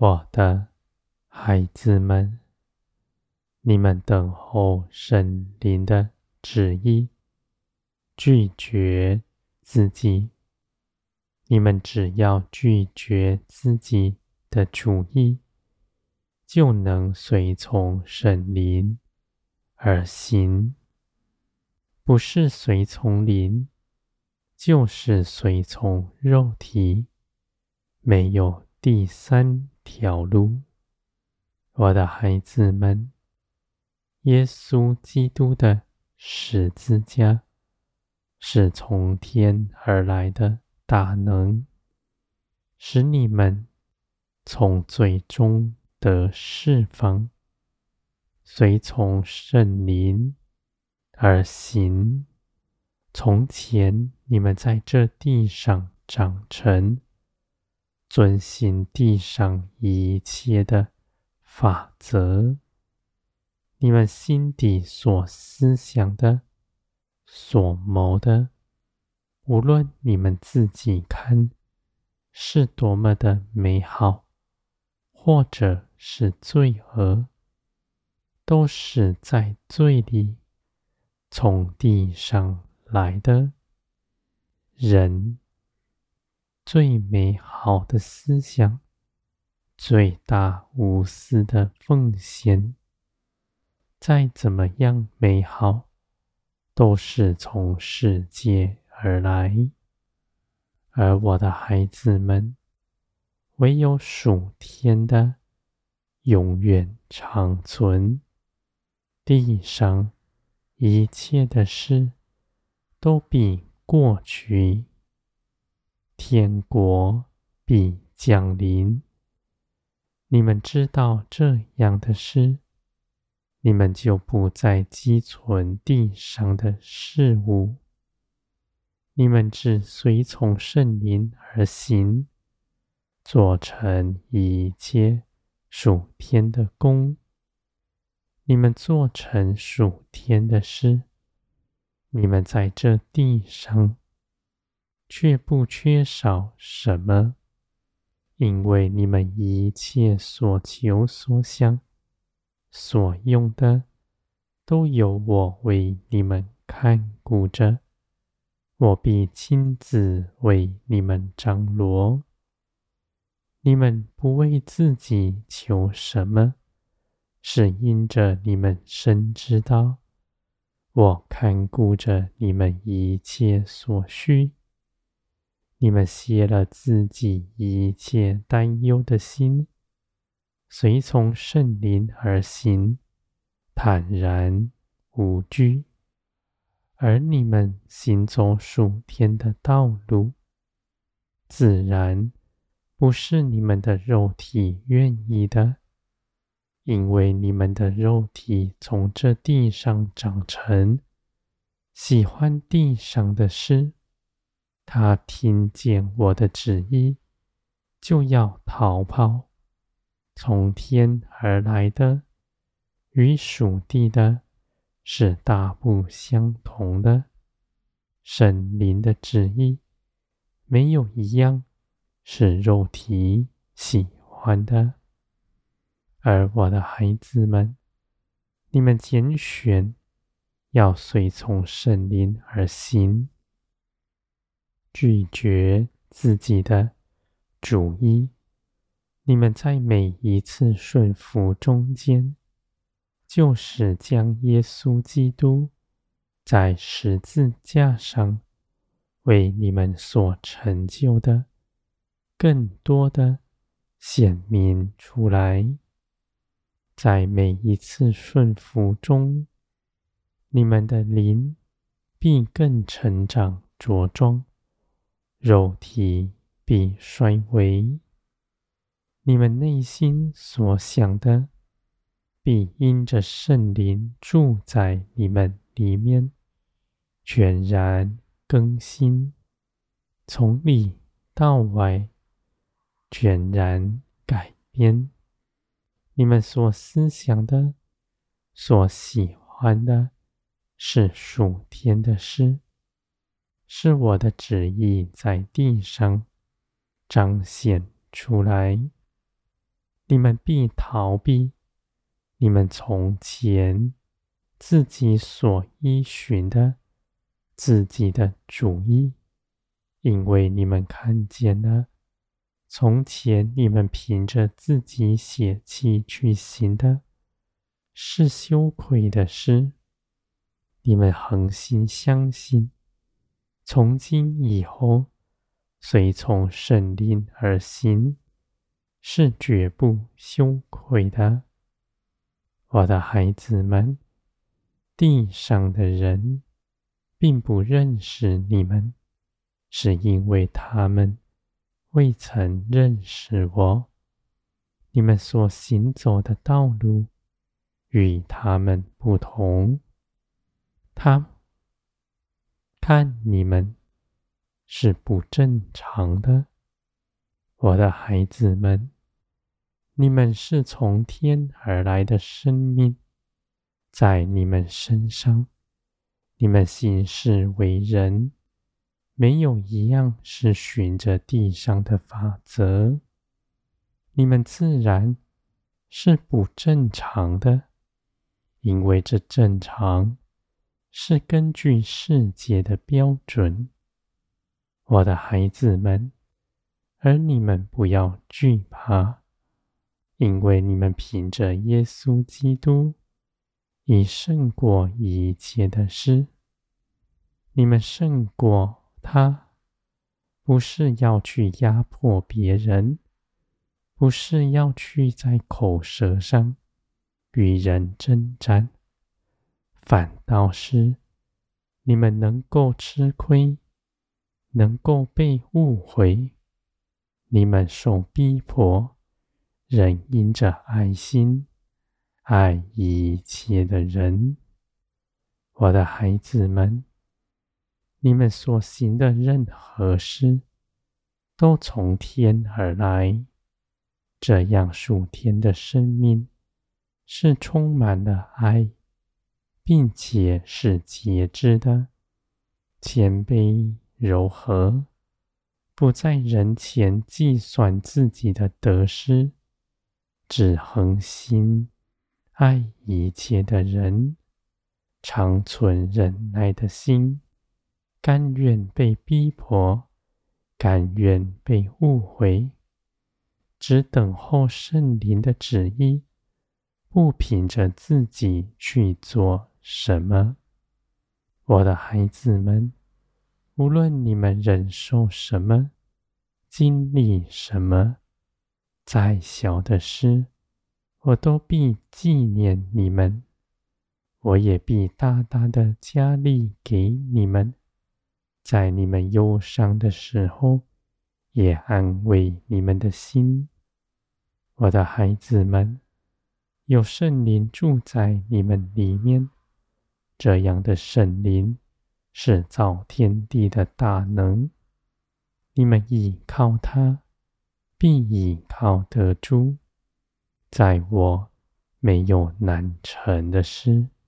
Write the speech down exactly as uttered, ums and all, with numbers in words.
我的孩子们，你们等候圣灵的旨意，拒绝自己。你们只要拒绝自己的主意，就能随从圣灵而行。不是随从灵，就是随从肉体，没有第三条路。我的孩子们，耶稣基督的十字架是从天而来的大能，使你们从罪中得释放，随从圣灵而行。从前你们在这地上长成，遵行地上一切的法则，你们心底所思想的、所谋的，无论你们自己看是多么的美好，或者是罪恶，都是在罪里从地上来的。人最美好的思想，最大无私的奉献，再怎么样美好，都是从世界而来。而我的孩子们，唯有属天的永远长存。地上一切的事都必过去，天国必降临。你们知道这样的事，你们就不再积存地上的事物。你们只随从圣灵而行，做成一切属天的工。你们做成属天的事，你们在这地上却不缺少什么，因为你们一切所求所想所用的，都由我为你们看顾着。我必亲自为你们张罗。你们不为自己求什么，是因着你们深知道，我看顾着你们一切所需。你们歇了自己一切担忧的心，随从圣灵而行，坦然无惧。而你们行走属天的道路，自然不是你们的肉体愿意的，因为你们的肉体从这地上长成，喜欢地上的事。他听见我的旨意，就要逃跑。从天而来的，与属地的是大不相同的。圣灵的旨意，没有一样是肉体喜欢的。而我的孩子们，你们拣选要随从圣灵而行，拒绝自己的主意。你们在每一次顺服中间，就是将耶稣基督在十字架上为你们所成就的，更多的显明出来。在每一次顺服中，你们的灵必更成长茁壮，肉体必衰微。你们内心所想的，必因着圣灵住在你们里面，全然更新，从里到外全然改变。你们所思想的，所喜欢的，是属天的事，是我的旨意在地上彰显出来。 你们必逃避你们从前自己所依循的自己的主意，因为你们看见了从前你们凭着自己血气去行的是羞愧的事。你们恒心相信，从今以后随从圣灵而行，是绝不羞愧的。我的孩子们，地上的人并不认识你们，是因为他们未曾认识我。你们所行走的道路与他们不同，他看你们是不正常的。我的孩子们，你们是从天而来的生命，在你们身上，你们行事为人，没有一样是循着地上的法则。你们自然是不正常的，因为这正常是根据世界的标准。我的孩子们，而你们不要惧怕，因为你们凭着耶稣基督已胜过一切的事。你们胜过他，不是要去压迫别人，不是要去在口舌上与人征战，反倒是你们能够吃亏，能够被误会，你们受逼迫，仍因着爱心爱一切的人。我的孩子们，你们所行的任何事都从天而来，这样属天的生命是充满了爱，并且是节制的，谦卑柔和，不在人前计算自己的得失，只恒心爱一切的人，常存忍耐的心，甘愿被逼迫，甘愿被误会，只等候圣灵的旨意，不凭着自己去做什么。我的孩子们，无论你们忍受什么，经历什么，再小的事，我都必纪念你们，我也必大大的加力给你们，在你们忧伤的时候，也安慰你们的心。我的孩子们，有圣灵住在你们里面，这样的圣灵是造天地的大能，你们倚靠他，必倚靠得住。在我没有难成的事。